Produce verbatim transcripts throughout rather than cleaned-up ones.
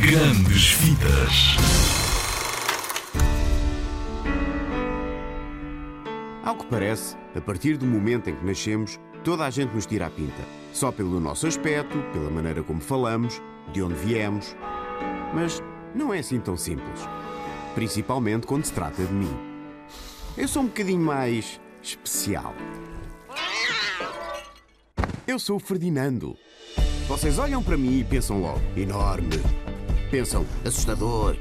Grandes Vidas. Ao que parece, a partir do momento em que nascemos, toda a gente nos tira a pinta. Só pelo nosso aspecto, pela maneira como falamos, de onde viemos. Mas não é assim tão simples. Principalmente quando se trata de mim. Eu sou um bocadinho mais especial. Eu sou o Ferdinando. Vocês olham para mim e pensam logo, enorme. Pensam, assustador.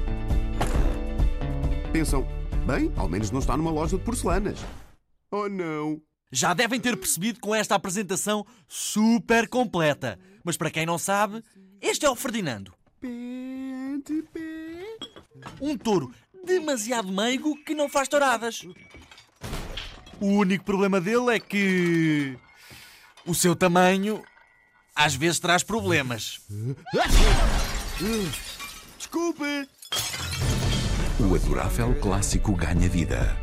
Pensam, bem, ao menos não está numa loja de porcelanas. Oh não! Já devem ter percebido com esta apresentação super completa. Mas para quem não sabe, este é o Ferdinando. Um touro demasiado meigo que não faz touradas. O único problema dele é que o seu tamanho às vezes traz problemas. Desculpe! O adorável clássico ganha vida.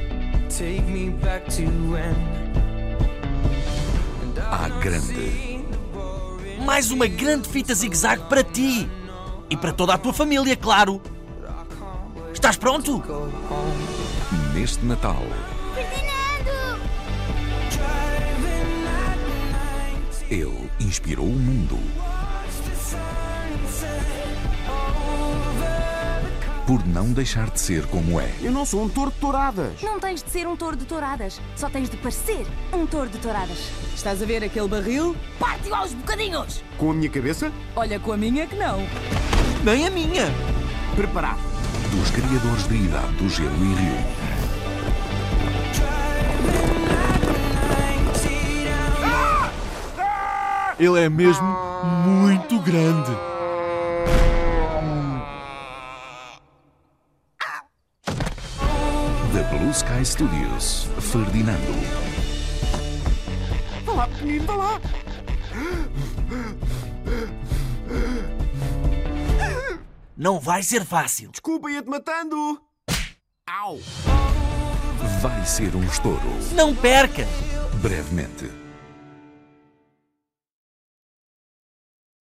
À grande. Mais uma grande fita zigue-zague para ti. E para toda a tua família, claro. Estás pronto? Neste Natal. Ferdinando! Ele inspirou o mundo. Por não deixar de ser como é. Eu não sou um touro de touradas. Não tens de ser um touro de touradas. Só tens de parecer um touro de touradas. Estás a ver aquele barril? Parte-o aos bocadinhos! Com a minha cabeça, Olha, com a minha que não. Nem a minha. preparado. Dos criadores da Idade do Gelo e Rio. Ele é mesmo muito grande. Da Blue Sky Studios, Ferdinando. Vá lá, pequenino, vá lá. Não vai ser fácil. Desculpa, ia-te matando. Au! Vai ser um estouro. Não percas. Brevemente.